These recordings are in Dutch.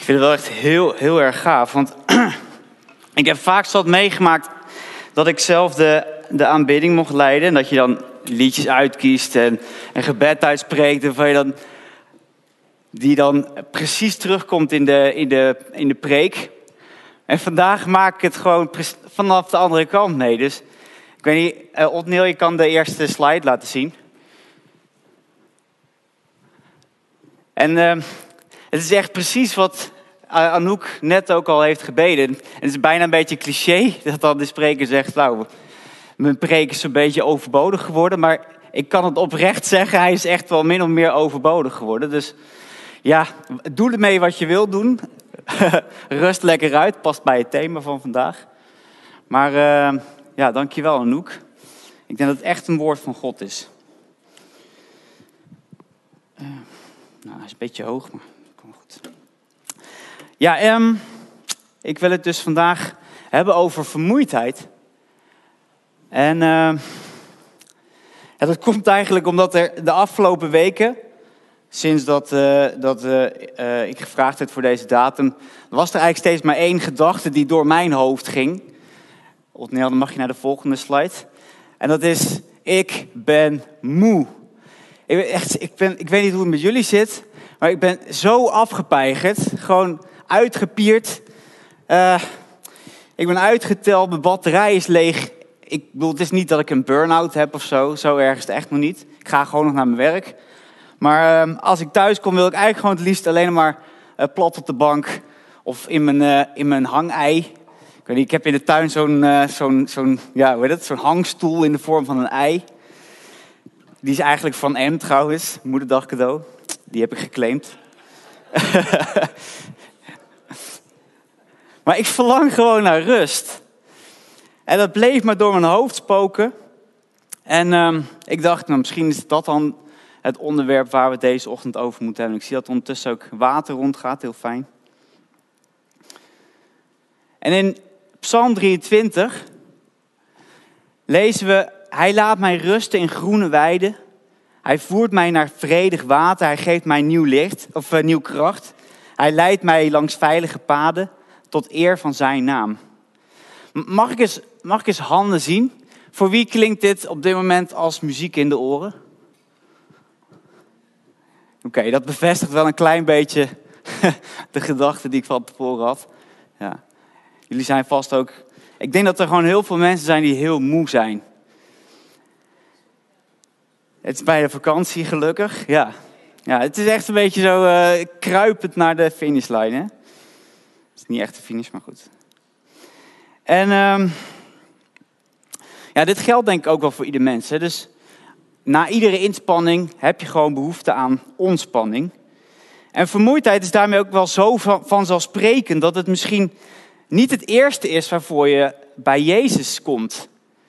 Ik vind het wel echt heel erg gaaf. Want ik heb vaak zat meegemaakt dat ik zelf de aanbidding mocht leiden. En dat je dan liedjes uitkiest en een gebed uitspreekt. En die dan precies terugkomt in de preek. En vandaag maak ik het gewoon vanaf de andere kant mee. Dus ik weet niet, Otniel, je kan de eerste slide laten zien. En het is echt precies wat Anouk net ook al heeft gebeden. En het is bijna een beetje cliché dat dan de spreker zegt, nou, mijn preek is een beetje overbodig geworden. Maar ik kan het oprecht zeggen, hij is echt wel min of meer overbodig geworden. Dus ja, doe ermee wat je wilt doen. Rust lekker uit, past bij het thema van vandaag. Maar ja, dankjewel Anouk. Ik denk dat het echt een woord van God is. Nou, hij is een beetje hoog, maar komt goed. Ja, ik wil het dus vandaag hebben over vermoeidheid. En dat komt eigenlijk omdat er de afgelopen weken, sinds dat ik gevraagd werd voor deze datum, was er eigenlijk steeds maar één gedachte die door mijn hoofd ging. Otniel, dan mag je naar de volgende slide. En dat is, ik ben moe. Ik weet niet hoe het met jullie zit, maar ik ben zo afgepeigerd. Gewoon uitgepierd. Ik ben uitgeteld, mijn batterij is leeg. Ik bedoel, het is niet dat ik een burn-out heb of zo. Zo erg is het echt nog niet. Ik ga gewoon nog naar mijn werk. Maar als ik thuis kom, wil ik eigenlijk gewoon het liefst alleen maar plat op de bank. Of in mijn hangei. Ik weet niet, ik heb in de tuin zo'n hangstoel in de vorm van een ei. Die is eigenlijk van M trouwens, moederdag cadeau. Die heb ik geclaimd. Maar ik verlang gewoon naar rust. En dat bleef maar door mijn hoofd spoken. En ik dacht, nou, misschien is dat dan het onderwerp waar we het deze ochtend over moeten hebben. Ik zie dat ondertussen ook water rondgaat, heel fijn. En in Psalm 23 lezen we: Hij laat mij rusten in groene weiden. Hij voert mij naar vredig water. Hij geeft mij nieuw kracht. Hij leidt mij langs veilige paden tot eer van zijn naam. Mag ik eens handen zien? Voor wie klinkt dit op dit moment als muziek in de oren? Oké, dat bevestigt wel een klein beetje de gedachte die ik van tevoren had. Ja. Jullie zijn vast ook... Ik denk dat er gewoon heel veel mensen zijn die heel moe zijn. Het is bij de vakantie gelukkig, ja. Ja, het is echt een beetje zo kruipend naar de finishlijn, hè. Het is niet echt de finish, maar goed. En ja, dit geldt denk ik ook wel voor ieder mens, hè. Dus na iedere inspanning heb je gewoon behoefte aan ontspanning. En vermoeidheid is daarmee ook wel zo vanzelfsprekend dat het misschien niet het eerste is waarvoor je bij Jezus komt.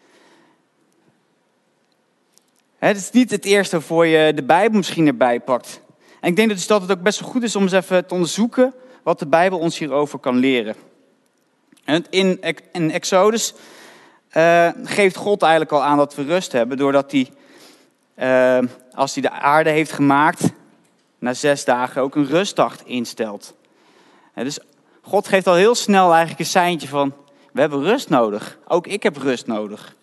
Het is niet het eerste waarvoor je de Bijbel misschien erbij pakt. En ik denk dus dat het ook best wel goed is om eens even te onderzoeken wat de Bijbel ons hierover kan leren. En in Exodus geeft God eigenlijk al aan dat we rust hebben, doordat hij, als hij de aarde heeft gemaakt, na 6 dagen ook een rustdag instelt. Dus God geeft al heel snel eigenlijk een seintje van, we hebben rust nodig. Ook ik heb rust nodig.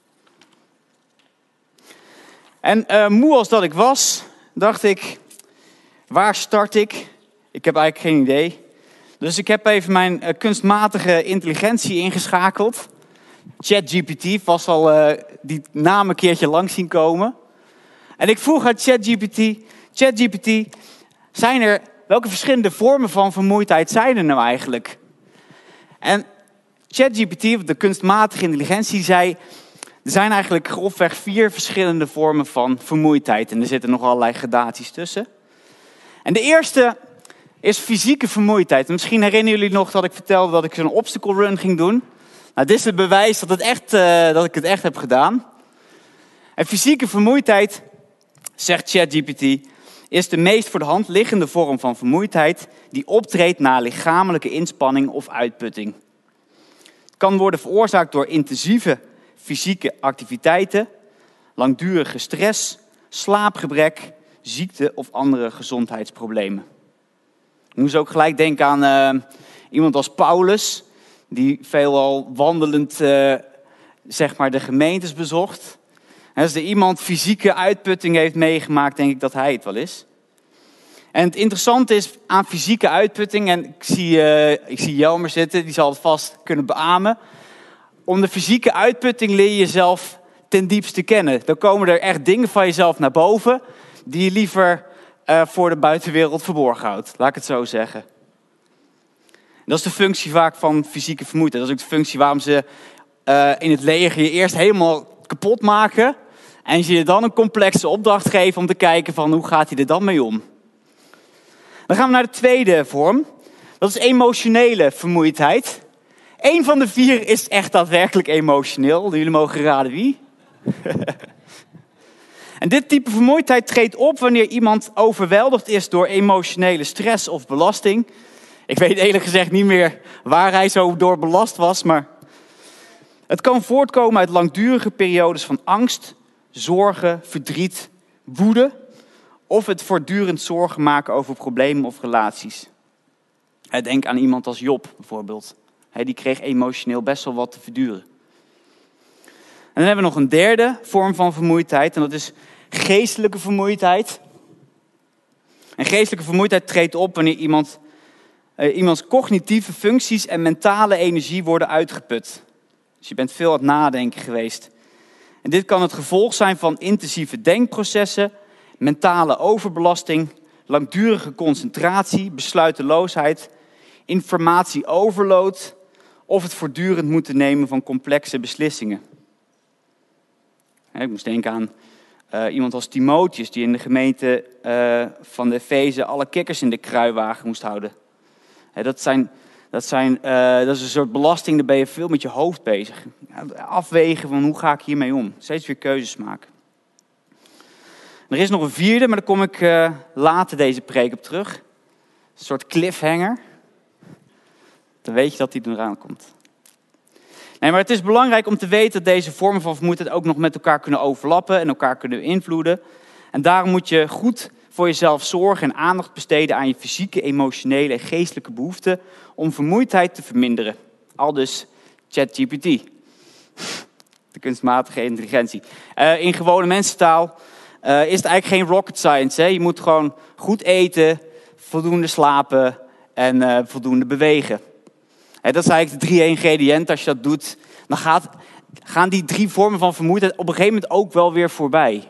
En moe als dat ik was, dacht ik, waar start ik? Ik heb eigenlijk geen idee. Dus ik heb even mijn kunstmatige intelligentie ingeschakeld. ChatGPT, vast al die naam een keertje langs zien komen. En ik vroeg aan ChatGPT, welke verschillende vormen van vermoeidheid zijn er nou eigenlijk? En ChatGPT, de kunstmatige intelligentie, zei, er zijn eigenlijk grofweg 4 verschillende vormen van vermoeidheid. En er zitten nog allerlei gradaties tussen. En de eerste is fysieke vermoeidheid. En misschien herinneren jullie nog dat ik vertelde dat ik zo'n obstacle run ging doen. Nou, dit is het bewijs dat ik het echt heb gedaan. En fysieke vermoeidheid, zegt ChatGPT, is de meest voor de hand liggende vorm van vermoeidheid die optreedt na lichamelijke inspanning of uitputting. Het kan worden veroorzaakt door intensieve fysieke activiteiten, langdurige stress, slaapgebrek, ziekte of andere gezondheidsproblemen. moest ook gelijk denken aan iemand als Paulus, die veelal wandelend zeg maar de gemeentes bezocht. En als er iemand fysieke uitputting heeft meegemaakt, denk ik dat hij het wel is. En het interessante is aan fysieke uitputting, en ik zie Jelmer zitten, die zal het vast kunnen beamen. Om de fysieke uitputting leer je jezelf ten diepste kennen. Dan komen er echt dingen van jezelf naar boven die je liever voor de buitenwereld verborgen houdt. Laat ik het zo zeggen. Dat is de functie vaak van fysieke vermoeidheid. Dat is ook de functie waarom ze in het leger je eerst helemaal kapot maken. En je dan een complexe opdracht geven om te kijken van hoe gaat hij er dan mee om. Dan gaan we naar de tweede vorm. Dat is emotionele vermoeidheid. 1 van de 4 is echt daadwerkelijk emotioneel. Jullie mogen raden wie. En dit type vermoeidheid treedt op wanneer iemand overweldigd is door emotionele stress of belasting. Ik weet eerlijk gezegd niet meer waar hij zo door belast was, maar het kan voortkomen uit langdurige periodes van angst, zorgen, verdriet, woede of het voortdurend zorgen maken over problemen of relaties. Denk aan iemand als Job bijvoorbeeld. Die kreeg emotioneel best wel wat te verduren. En dan hebben we nog een derde vorm van vermoeidheid en dat is geestelijke vermoeidheid. En geestelijke vermoeidheid treedt op wanneer iemands cognitieve functies en mentale energie worden uitgeput. Dus je bent veel aan het nadenken geweest. En dit kan het gevolg zijn van intensieve denkprocessen, mentale overbelasting, langdurige concentratie, besluiteloosheid, informatieoverload of het voortdurend moeten nemen van complexe beslissingen. Ik moest denken aan iemand als Timotheus, die in de gemeente van de Efeze alle kikkers in de kruiwagen moest houden. Dat is een soort belasting, daar ben je veel met je hoofd bezig. Afwegen van hoe ga ik hiermee om. Steeds weer keuzes maken. Er is nog een vierde, maar daar kom ik later deze preek op terug. Een soort cliffhanger. Dan weet je dat die eraan komt. Nee, maar het is belangrijk om te weten dat deze vormen van vermoeidheid ook nog met elkaar kunnen overlappen en elkaar kunnen beïnvloeden. En daarom moet je goed voor jezelf zorgen en aandacht besteden aan je fysieke, emotionele en geestelijke behoeften om vermoeidheid te verminderen. Aldus ChatGPT, de kunstmatige intelligentie. In gewone mensentaal is het eigenlijk geen rocket science. Hè? Je moet gewoon goed eten, voldoende slapen en voldoende bewegen. Dat zijn eigenlijk de 3 ingrediënten. Als je dat doet, dan gaan die 3 vormen van vermoeidheid op een gegeven moment ook wel weer voorbij.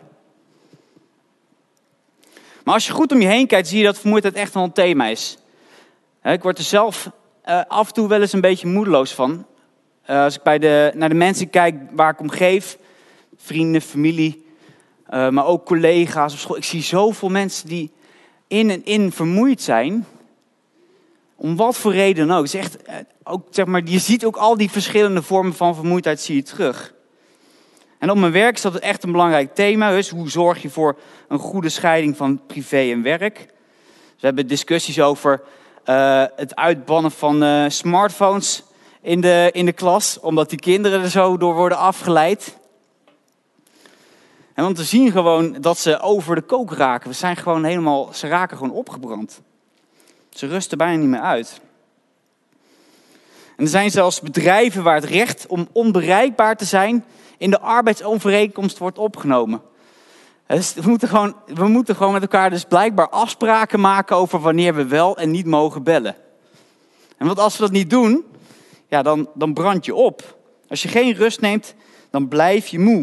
Maar als je goed om je heen kijkt, zie je dat vermoeidheid echt wel een thema is. Ik word er zelf af en toe wel eens een beetje moedeloos van. Als ik naar de mensen kijk waar ik om geef, vrienden, familie, maar ook collega's op school. Ik zie zoveel mensen die in en in vermoeid zijn. Om wat voor reden dan ook. Het is echt, ook, zeg maar, je ziet ook al die verschillende vormen van vermoeidheid zie je terug. En op mijn werk is dat echt een belangrijk thema. Dus hoe zorg je voor een goede scheiding van privé en werk? Dus we hebben discussies over het uitbannen van smartphones in de klas. Omdat die kinderen er zo door worden afgeleid. En want we zien gewoon dat ze over de kook raken. Ze raken gewoon opgebrand. Ze rusten bijna niet meer uit. En er zijn zelfs bedrijven waar het recht om onbereikbaar te zijn in de arbeidsovereenkomst wordt opgenomen. Dus we moeten gewoon met elkaar dus blijkbaar afspraken maken over wanneer we wel en niet mogen bellen. En want als we dat niet doen, ja, dan brand je op. Als je geen rust neemt, dan blijf je moe.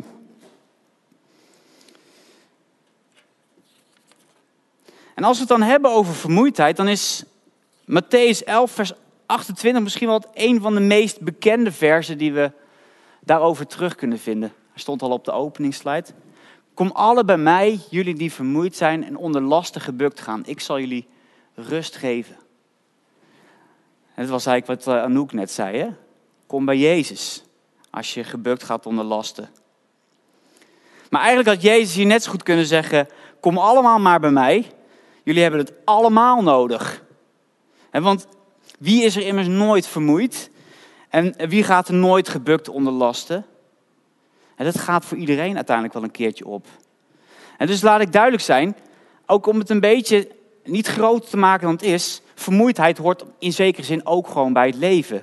En als we het dan hebben over vermoeidheid, dan is Mattheüs 11 vers 28 misschien wel een van de meest bekende versen die we daarover terug kunnen vinden. Hij stond al op de openingsslide. Kom alle bij mij, jullie die vermoeid zijn en onder lasten gebukt gaan. Ik zal jullie rust geven. En dat was eigenlijk wat Anouk net zei. Hè? Kom bij Jezus als je gebukt gaat onder lasten. Maar eigenlijk had Jezus hier net zo goed kunnen zeggen, kom allemaal maar bij mij. Jullie hebben het allemaal nodig. Want wie is er immers nooit vermoeid? En wie gaat er nooit gebukt onder lasten? En dat gaat voor iedereen uiteindelijk wel een keertje op. En dus laat ik duidelijk zijn, ook om het een beetje niet groter te maken dan het is. vermoeidheid hoort in zekere zin ook gewoon bij het leven.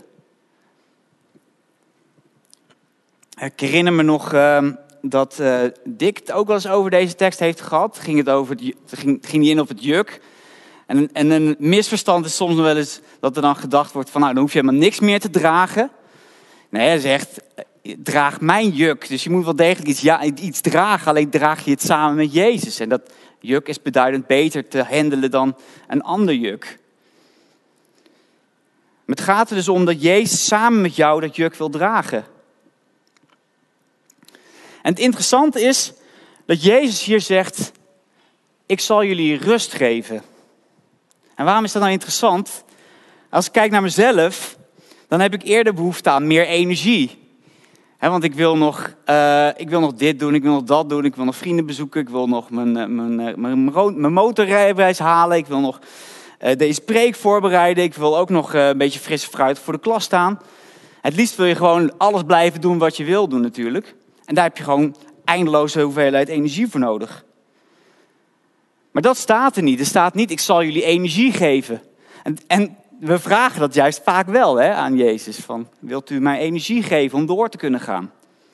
Ik herinner me nog dat Dick het ook wel eens over deze tekst heeft gehad. Ging hij in op het juk. En een misverstand is soms wel eens dat er dan gedacht wordt van, nou, dan hoef je helemaal niks meer te dragen. Nee, hij zegt, draag mijn juk. Dus je moet wel degelijk iets dragen, alleen draag je het samen met Jezus. En dat juk is beduidend beter te handelen dan een ander juk. Maar het gaat er dus om dat Jezus samen met jou dat juk wil dragen. En het interessante is dat Jezus hier zegt, ik zal jullie rust geven. En waarom is dat nou interessant? Als ik kijk naar mezelf, dan heb ik eerder behoefte aan meer energie. Want ik wil nog dit doen, ik wil nog dat doen, ik wil nog vrienden bezoeken, ik wil nog mijn motorrijbewijs halen, ik wil nog deze preek voorbereiden, ik wil ook nog een beetje frisse fruit voor de klas staan. Het liefst wil je gewoon alles blijven doen wat je wil doen natuurlijk. En daar heb je gewoon eindeloze hoeveelheid energie voor nodig. Maar dat staat er niet. Er staat niet, ik zal jullie energie geven. En we vragen dat juist vaak wel aan Jezus. Van, wilt u mij energie geven om door te kunnen gaan?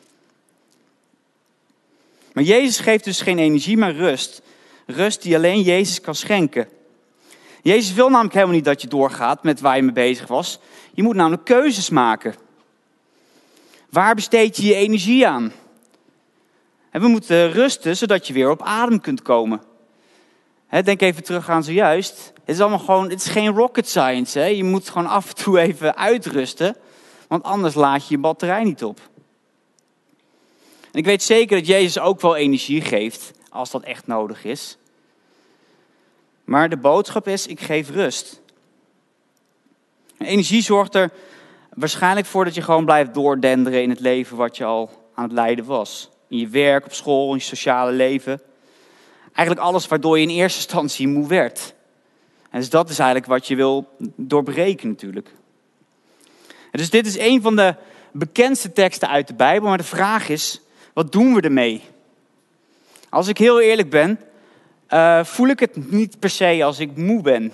Maar Jezus geeft dus geen energie, maar rust. Rust die alleen Jezus kan schenken. Jezus wil namelijk helemaal niet dat je doorgaat met waar je mee bezig was. Je moet namelijk keuzes maken. Waar besteed je je energie aan? En we moeten rusten, zodat je weer op adem kunt komen. Denk even terug aan zojuist. Het is geen rocket science. Je moet gewoon af en toe even uitrusten. Want anders laat je je batterij niet op. En ik weet zeker dat Jezus ook wel energie geeft. Als dat echt nodig is. Maar de boodschap is, ik geef rust. En energie zorgt er waarschijnlijk voor dat je gewoon blijft doordenderen in het leven wat je al aan het leiden was. In je werk, op school, in je sociale leven. Eigenlijk alles waardoor je in eerste instantie moe werd. En dus dat is eigenlijk wat je wil doorbreken natuurlijk. En dus dit is een van de bekendste teksten uit de Bijbel. Maar de vraag is, wat doen we ermee? Als ik heel eerlijk ben, voel ik het niet per se als ik moe ben.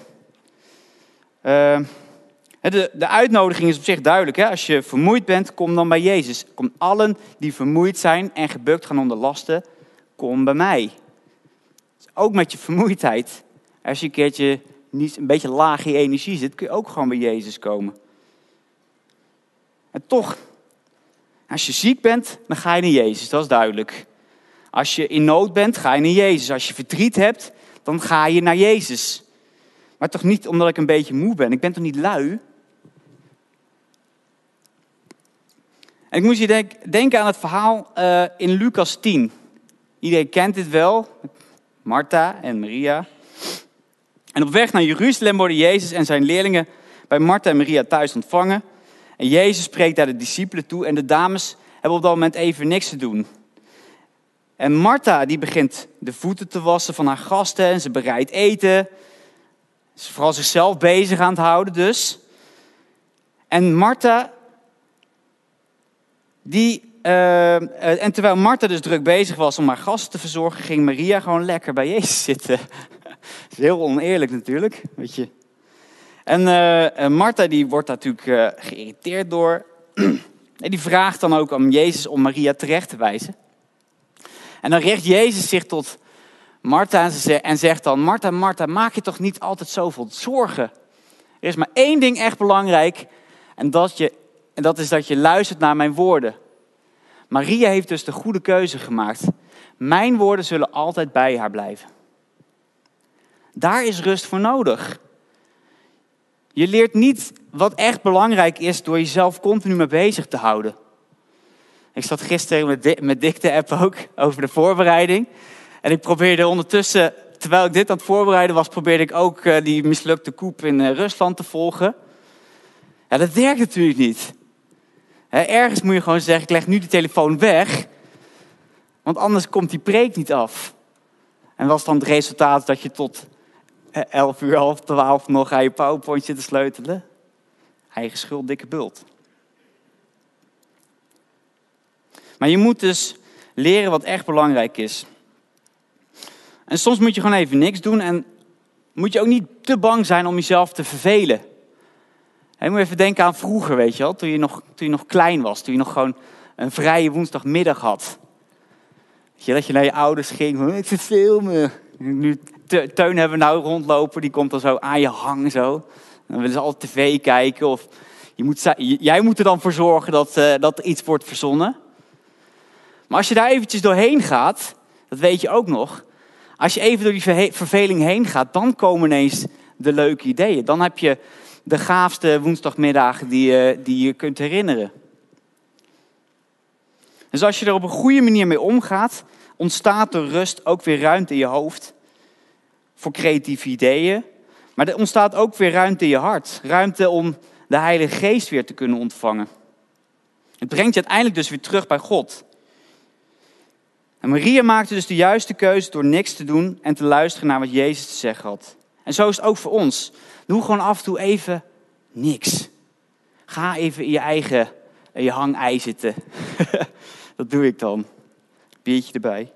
De uitnodiging is op zich duidelijk. Als je vermoeid bent, kom dan bij Jezus. Kom allen die vermoeid zijn en gebukt gaan onder lasten, kom bij mij. Ook met je vermoeidheid. Als je een keertje een beetje laag in je energie zit, kun je ook gewoon bij Jezus komen. En toch, als je ziek bent, dan ga je naar Jezus, dat is duidelijk. Als je in nood bent, ga je naar Jezus. Als je verdriet hebt, dan ga je naar Jezus. Maar toch niet omdat ik een beetje moe ben. Ik ben toch niet lui? En ik moest je denken aan het verhaal in Lucas 10. Iedereen kent dit wel. Martha en Maria. En op weg naar Jeruzalem worden Jezus en zijn leerlingen bij Martha en Maria thuis ontvangen. En Jezus spreekt daar de discipelen toe. En de dames hebben op dat moment even niks te doen. En Martha die begint de voeten te wassen van haar gasten. En ze bereidt eten. Ze is vooral zichzelf bezig aan het houden dus. En Martha... En terwijl Martha dus druk bezig was om haar gasten te verzorgen, ging Maria gewoon lekker bij Jezus zitten. Dat is heel oneerlijk natuurlijk, weet je. En Martha die wordt natuurlijk geïrriteerd door. En die vraagt dan ook aan Jezus om Maria terecht te wijzen. En dan richt Jezus zich tot Martha en zegt dan, Martha, Martha, maak je toch niet altijd zoveel zorgen. Er is maar één ding echt belangrijk en dat is dat je luistert naar mijn woorden. Maria heeft dus de goede keuze gemaakt. Mijn woorden zullen altijd bij haar blijven. Daar is rust voor nodig. Je leert niet wat echt belangrijk is door jezelf continu mee bezig te houden. Ik zat gisteren met Dick te appen ook over de voorbereiding. En ik probeerde ondertussen, terwijl ik dit aan het voorbereiden was, probeerde ik ook die mislukte coup in Rusland te volgen. Ja, dat werkt natuurlijk niet. Ergens moet je gewoon zeggen, ik leg nu de telefoon weg. Want anders komt die preek niet af. En was dan het resultaat dat je tot 11 uur, half 12 nog aan je PowerPoint zit te sleutelen? Eigen schuld, dikke bult. Maar je moet dus leren wat echt belangrijk is. En soms moet je gewoon even niks doen. En moet je ook niet te bang zijn om jezelf te vervelen. Je moet even denken aan vroeger, weet je wel, toen je nog klein was, toen je nog gewoon een vrije woensdagmiddag had. Weet je, dat je naar je ouders ging, ik verveel me. Nu, Teun hebben we nou rondlopen, die komt dan zo aan je hang zo. Dan willen ze altijd tv kijken of jij moet er dan voor zorgen dat er iets wordt verzonnen. Maar als je daar eventjes doorheen gaat, dat weet je ook nog. Als je even door die verveling heen gaat, dan komen ineens de leuke ideeën. Dan heb je de gaafste woensdagmiddagen die je kunt herinneren. Dus als je er op een goede manier mee omgaat, ontstaat er rust, ook weer ruimte in je hoofd voor creatieve ideeën. Maar er ontstaat ook weer ruimte in je hart. Ruimte om de Heilige Geest weer te kunnen ontvangen. Het brengt je uiteindelijk dus weer terug bij God. En Maria maakte dus de juiste keuze door niks te doen en te luisteren naar wat Jezus te zeggen had. En zo is het ook voor ons. Doe gewoon af en toe even niks. Ga even in je hangei zitten. Dat doe ik dan. Biertje erbij.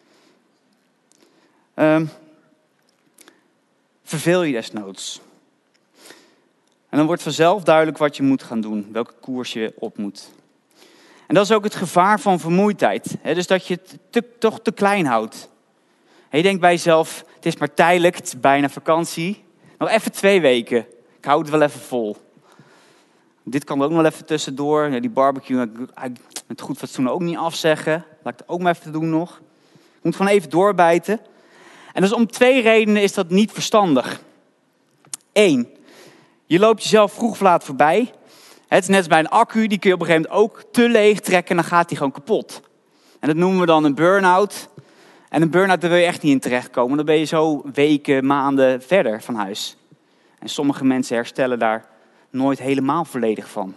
Verveel je desnoods. En dan wordt vanzelf duidelijk wat je moet gaan doen. Welke koers je op moet. En dat is ook het gevaar van vermoeidheid. Dus dat je het toch te klein houdt. En je denkt bij jezelf, het is maar tijdelijk, het is bijna vakantie. Nog even 2 weken. Ik hou het wel even vol. Dit kan er ook nog wel even tussendoor. Ja, die barbecue, met goed fatsoen ook niet afzeggen. Laat ik het ook maar even doen nog. Ik moet gewoon even doorbijten. En dus om 2 redenen is dat niet verstandig. 1. Je loopt jezelf vroeg of laat voorbij. Het is net als bij een accu, die kun je op een gegeven moment ook te leeg trekken en dan gaat die gewoon kapot. En dat noemen we dan een burn-out. En een burn-out, daar wil je echt niet in terechtkomen. Dan ben je zo weken, maanden verder van huis. En sommige mensen herstellen daar nooit helemaal volledig van.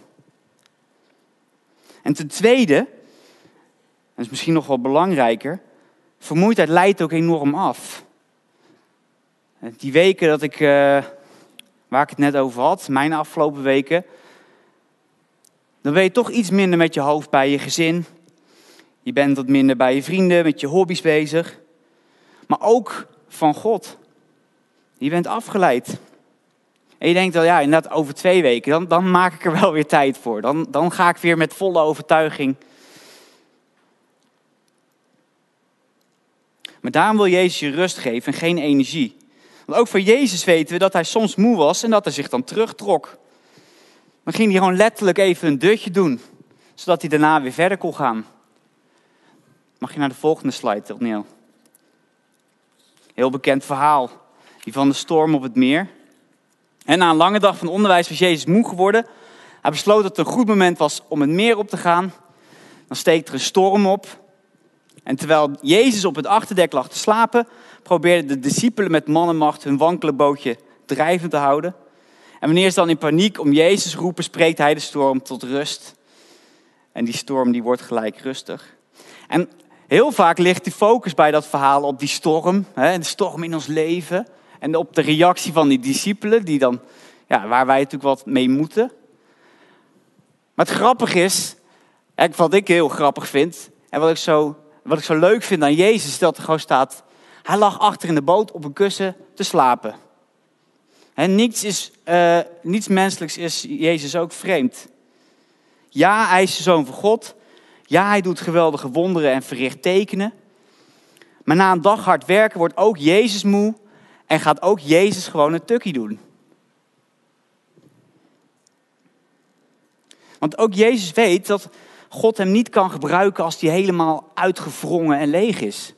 En ten tweede, en dat is misschien nog wel belangrijker, vermoeidheid leidt ook enorm af. Die weken dat waar ik het net over had, mijn afgelopen weken, dan ben je toch iets minder met je hoofd bij je gezin. Je bent wat minder bij je vrienden, met je hobby's bezig. Maar ook van God. Je bent afgeleid. En je denkt, ja, inderdaad over 2 weken, dan maak ik er wel weer tijd voor. Dan ga ik weer met volle overtuiging. Maar daarom wil Jezus je rust geven en geen energie. Want ook van Jezus weten we dat hij soms moe was en dat hij zich dan terugtrok. Dan ging hij gewoon letterlijk even een dutje doen, zodat hij daarna weer verder kon gaan. Mag je naar de volgende slide, Neil? Heel bekend verhaal, die van de storm op het meer. En na een lange dag van onderwijs was Jezus moe geworden. Hij besloot dat het een goed moment was om het meer op te gaan. Dan steekt er een storm op. En terwijl Jezus op het achterdek lag te slapen, probeerden de discipelen met man en macht hun wankele bootje drijvend te houden. En wanneer ze dan in paniek om Jezus roepen, spreekt hij de storm tot rust. En die storm die wordt gelijk rustig. En heel vaak ligt de focus bij dat verhaal op die storm, de storm in ons leven. En op de reactie van die discipelen, die dan, waar wij natuurlijk wat mee moeten. Maar het grappige is, wat ik heel grappig vind, en wat ik zo leuk vind aan Jezus, is dat er gewoon staat, hij lag achter in de boot op een kussen te slapen. Niets menselijks is Jezus ook vreemd. Ja, hij is de Zoon van God. Ja, hij doet geweldige wonderen en verricht tekenen. Maar na een dag hard werken wordt ook Jezus moe en gaat ook Jezus gewoon een tukkie doen. Want ook Jezus weet dat God hem niet kan gebruiken als hij helemaal uitgewrongen en leeg is.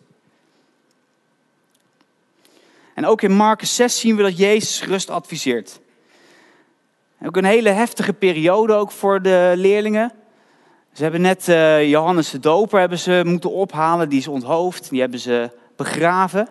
En ook in Markus 6 zien we dat Jezus rust adviseert. Ook een hele heftige periode ook voor de leerlingen. Ze hebben net Johannes de Doper hebben ze moeten ophalen, die is onthoofd, die hebben ze begraven.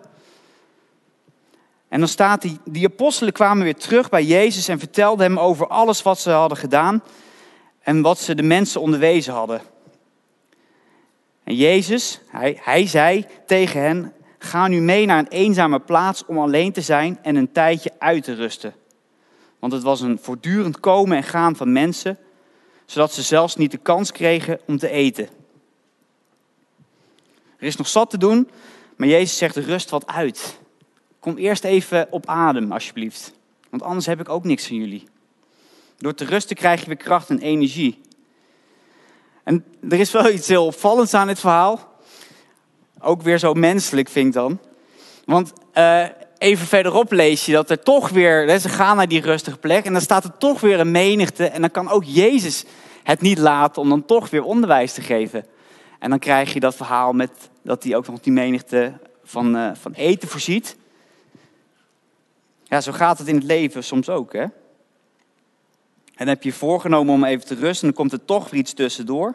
En dan staat die apostelen kwamen weer terug bij Jezus en vertelden hem over alles wat ze hadden gedaan en wat ze de mensen onderwezen hadden. En Jezus, hij zei tegen hen, ga nu mee naar een eenzame plaats om alleen te zijn en een tijdje uit te rusten. Want het was een voortdurend komen en gaan van mensen, zodat ze zelfs niet de kans kregen om te eten. Er is nog zat te doen, maar Jezus zegt rust wat uit. kom eerst even op adem, alsjeblieft. Want anders heb ik ook niks van jullie. Door te rusten krijg je weer kracht en energie. En er is wel iets heel opvallends aan dit verhaal. Ook weer zo menselijk, vind ik dan. Want even verderop lees je dat er toch weer, ze gaan naar die rustige plek. En dan staat er toch weer een menigte. En dan kan ook Jezus het niet laten om dan toch weer onderwijs te geven. En dan krijg je dat verhaal met dat hij ook nog die menigte van eten voorziet. Ja, zo gaat het in het leven soms ook, hè. En dan heb je je voorgenomen om even te rusten en dan komt er toch weer iets tussendoor.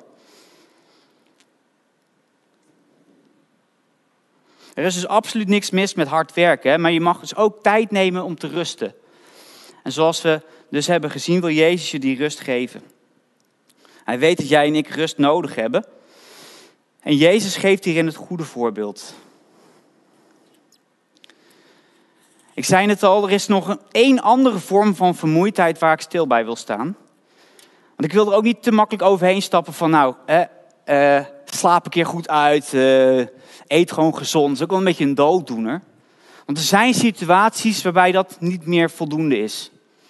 Er is dus absoluut niks mis met hard werken, hè? Maar je mag dus ook tijd nemen om te rusten. En zoals we dus hebben gezien, wil Jezus je die rust geven. Hij weet dat jij en ik rust nodig hebben. En Jezus geeft hierin het goede voorbeeld. Ik zei het al, er is nog één andere vorm van vermoeidheid waar ik stil bij wil staan. Want ik wil er ook niet te makkelijk overheen stappen van slaap een keer goed uit, eet gewoon gezond. Dat is ook wel een beetje een dooddoener. Want er zijn situaties waarbij dat niet meer voldoende is.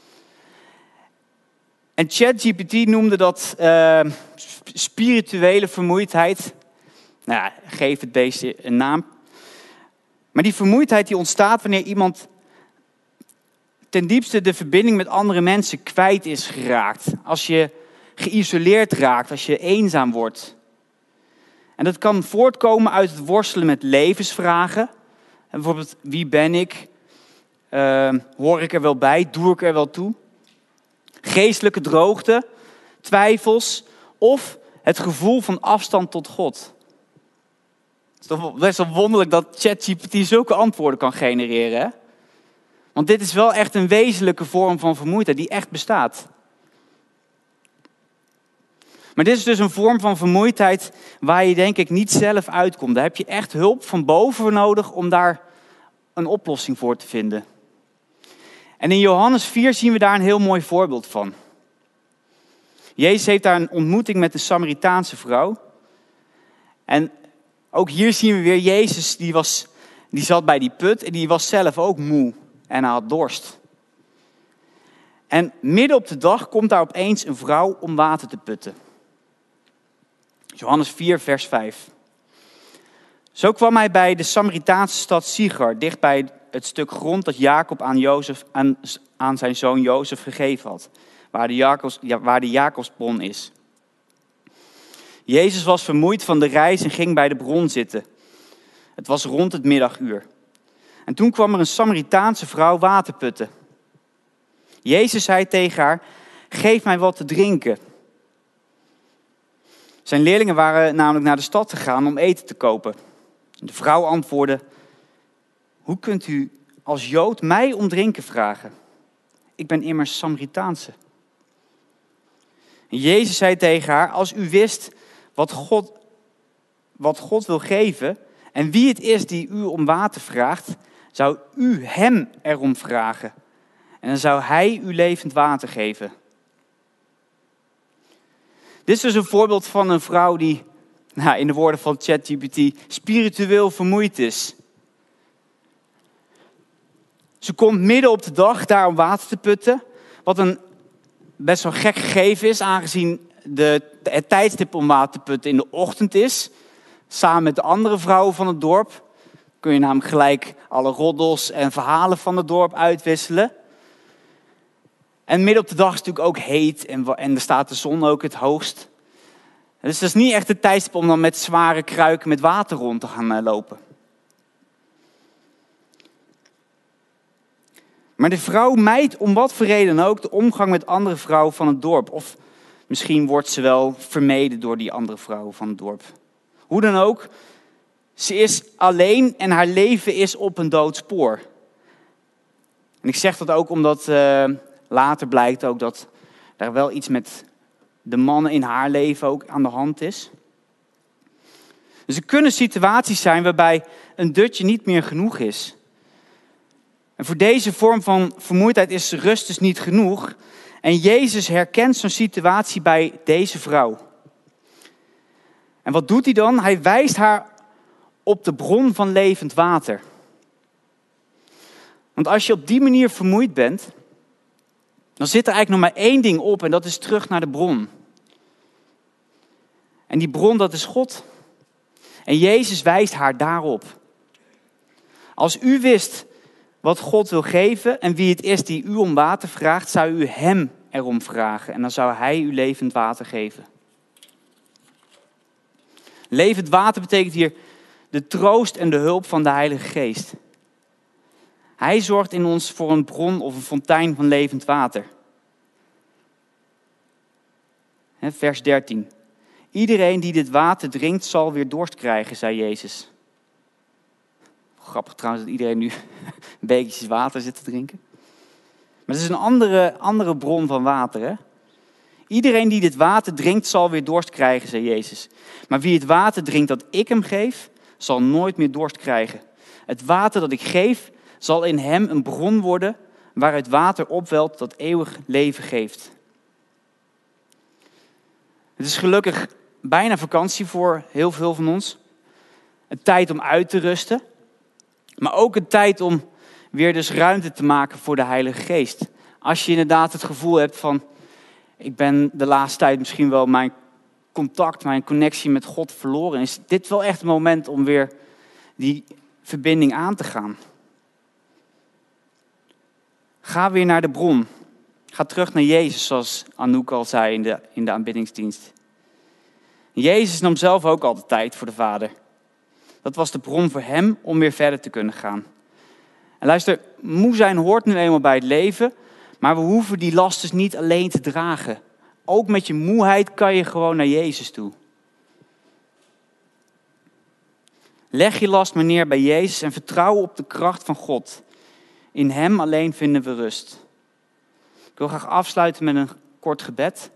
En ChatGPT noemde dat spirituele vermoeidheid. Nou ja, geef het beestje een naam. Maar die vermoeidheid die ontstaat wanneer iemand ten diepste de verbinding met andere mensen kwijt is geraakt. Als je geïsoleerd raakt, als je eenzaam wordt. En dat kan voortkomen uit het worstelen met levensvragen. En bijvoorbeeld, wie ben ik? Hoor ik er wel bij? Doe ik er wel toe? Geestelijke droogte, twijfels of het gevoel van afstand tot God. Het is toch best wel wonderlijk dat ChatGPT zulke antwoorden kan genereren, hè? Want dit is wel echt een wezenlijke vorm van vermoeidheid die echt bestaat. Maar dit is dus een vorm van vermoeidheid waar je denk ik niet zelf uitkomt. Daar heb je echt hulp van boven voor nodig om daar een oplossing voor te vinden. En in Johannes 4 zien we daar een heel mooi voorbeeld van. Jezus heeft daar een ontmoeting met een Samaritaanse vrouw. En ook hier zien we weer Jezus, die zat bij die put en die was zelf ook moe. En hij had dorst. En midden op de dag komt daar opeens een vrouw om water te putten. Johannes 4, vers 5. Zo kwam hij bij de Samaritaanse stad Sigar, dicht bij het stuk grond dat Jacob aan zijn zoon Jozef gegeven had, waar de Jacobsbron is. Jezus was vermoeid van de reis en ging bij de bron zitten. Het was rond het middaguur. En toen kwam er een Samaritaanse vrouw water putten. Jezus zei tegen haar, geef mij wat te drinken. Zijn leerlingen waren namelijk naar de stad gegaan om eten te kopen. De vrouw antwoordde, hoe kunt u als Jood mij om drinken vragen? Ik ben immers Samaritaanse. En Jezus zei tegen haar, als u wist wat God wil geven en wie het is die u om water vraagt, zou u hem erom vragen. En dan zou hij u levend water geven. Dit is dus een voorbeeld van een vrouw die, in de woorden van ChatGPT, spiritueel vermoeid is. Ze komt midden op de dag daar om water te putten. Wat een best wel gek gegeven is, aangezien het tijdstip om water te putten in de ochtend is. Samen met de andere vrouwen van het dorp. Kun je namelijk gelijk alle roddels en verhalen van het dorp uitwisselen. En midden op de dag is het natuurlijk ook heet en er staat de zon ook het hoogst. Dus dat is niet echt het tijdstip om dan met zware kruiken met water rond te gaan lopen. Maar de vrouw mijdt om wat voor reden ook de omgang met andere vrouwen van het dorp. Of misschien wordt ze wel vermeden door die andere vrouwen van het dorp. Hoe dan ook, ze is alleen en haar leven is op een doodspoor. En ik zeg dat ook omdat later blijkt ook dat er wel iets met de mannen in haar leven ook aan de hand is. Dus er kunnen situaties zijn waarbij een dutje niet meer genoeg is. En voor deze vorm van vermoeidheid is rust dus niet genoeg. En Jezus herkent zo'n situatie bij deze vrouw. En wat doet hij dan? Hij wijst haar op de bron van levend water. Want als je op die manier vermoeid bent, dan zit er eigenlijk nog maar één ding op en dat is terug naar de bron. En die bron, dat is God. En Jezus wijst haar daarop. Als u wist wat God wil geven en wie het is die u om water vraagt, zou u hem erom vragen. En dan zou hij u levend water geven. Levend water betekent hier de troost en de hulp van de Heilige Geest. Hij zorgt in ons voor een bron of een fontein van levend water. Vers 13. Iedereen die dit water drinkt zal weer dorst krijgen, zei Jezus. Grappig trouwens dat iedereen nu bekertjes water zit te drinken. Maar het is een andere bron van water. Hè? Iedereen die dit water drinkt zal weer dorst krijgen, zei Jezus. Maar wie het water drinkt dat ik hem geef, zal nooit meer dorst krijgen. Het water dat ik geef zal in hem een bron worden waaruit water opwelt dat eeuwig leven geeft. Het is gelukkig bijna vakantie voor heel veel van ons. Een tijd om uit te rusten. Maar ook een tijd om weer dus ruimte te maken voor de Heilige Geest. Als je inderdaad het gevoel hebt van, ik ben de laatste tijd misschien wel mijn contact, mijn connectie met God verloren. Is dit wel echt het moment om weer die verbinding aan te gaan? Ga weer naar de bron. Ga terug naar Jezus, zoals Anouk al zei in de aanbiddingsdienst. Jezus nam zelf ook altijd tijd voor de Vader. Dat was de bron voor hem om weer verder te kunnen gaan. En luister, moe zijn hoort nu eenmaal bij het leven, maar we hoeven die last dus niet alleen te dragen. Ook met je moeheid kan je gewoon naar Jezus toe. Leg je last maar neer bij Jezus en vertrouw op de kracht van God. In hem alleen vinden we rust. Ik wil graag afsluiten met een kort gebed.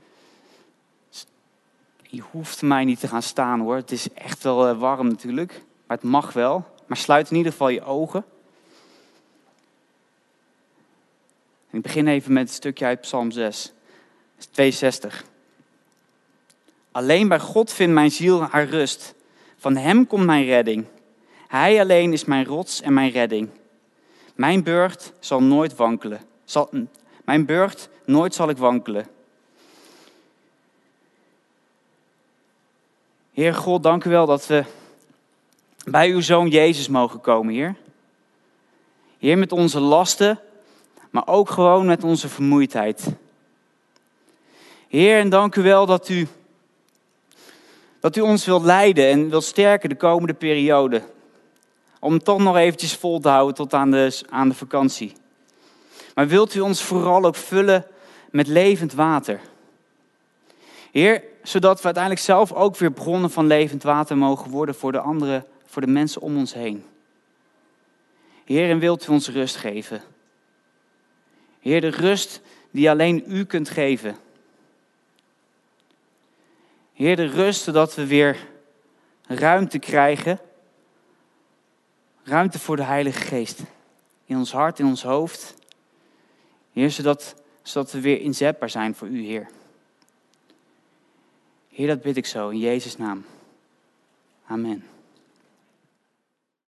Je hoeft mij niet te gaan staan hoor. Het is echt wel warm natuurlijk. Maar het mag wel. Maar sluit in ieder geval je ogen. En ik begin even met een stukje uit Psalm 6. 62. Alleen bij God vindt mijn ziel haar rust. Van hem komt mijn redding. Hij alleen is mijn rots en mijn redding. Mijn burcht zal nooit wankelen. Mijn burcht nooit zal ik wankelen. Heer God, dank u wel dat we bij uw Zoon Jezus mogen komen, Heer. Heer, met onze lasten, maar ook gewoon met onze vermoeidheid. Heer, en dank u wel dat u ons wilt leiden en wilt sterken de komende periode. Om toch nog eventjes vol te houden tot aan de vakantie. Maar wilt u ons vooral ook vullen met levend water. Heer, zodat we uiteindelijk zelf ook weer bronnen van levend water mogen worden voor de anderen, voor de mensen om ons heen. Heer, en wilt u ons rust geven. Heer, de rust die alleen u kunt geven. Heer, de rust zodat we weer ruimte krijgen. Ruimte voor de Heilige Geest. In ons hart, in ons hoofd. Heer, zodat we weer inzetbaar zijn voor u, Heer. Heer, dat bid ik zo in Jezus' naam. Amen.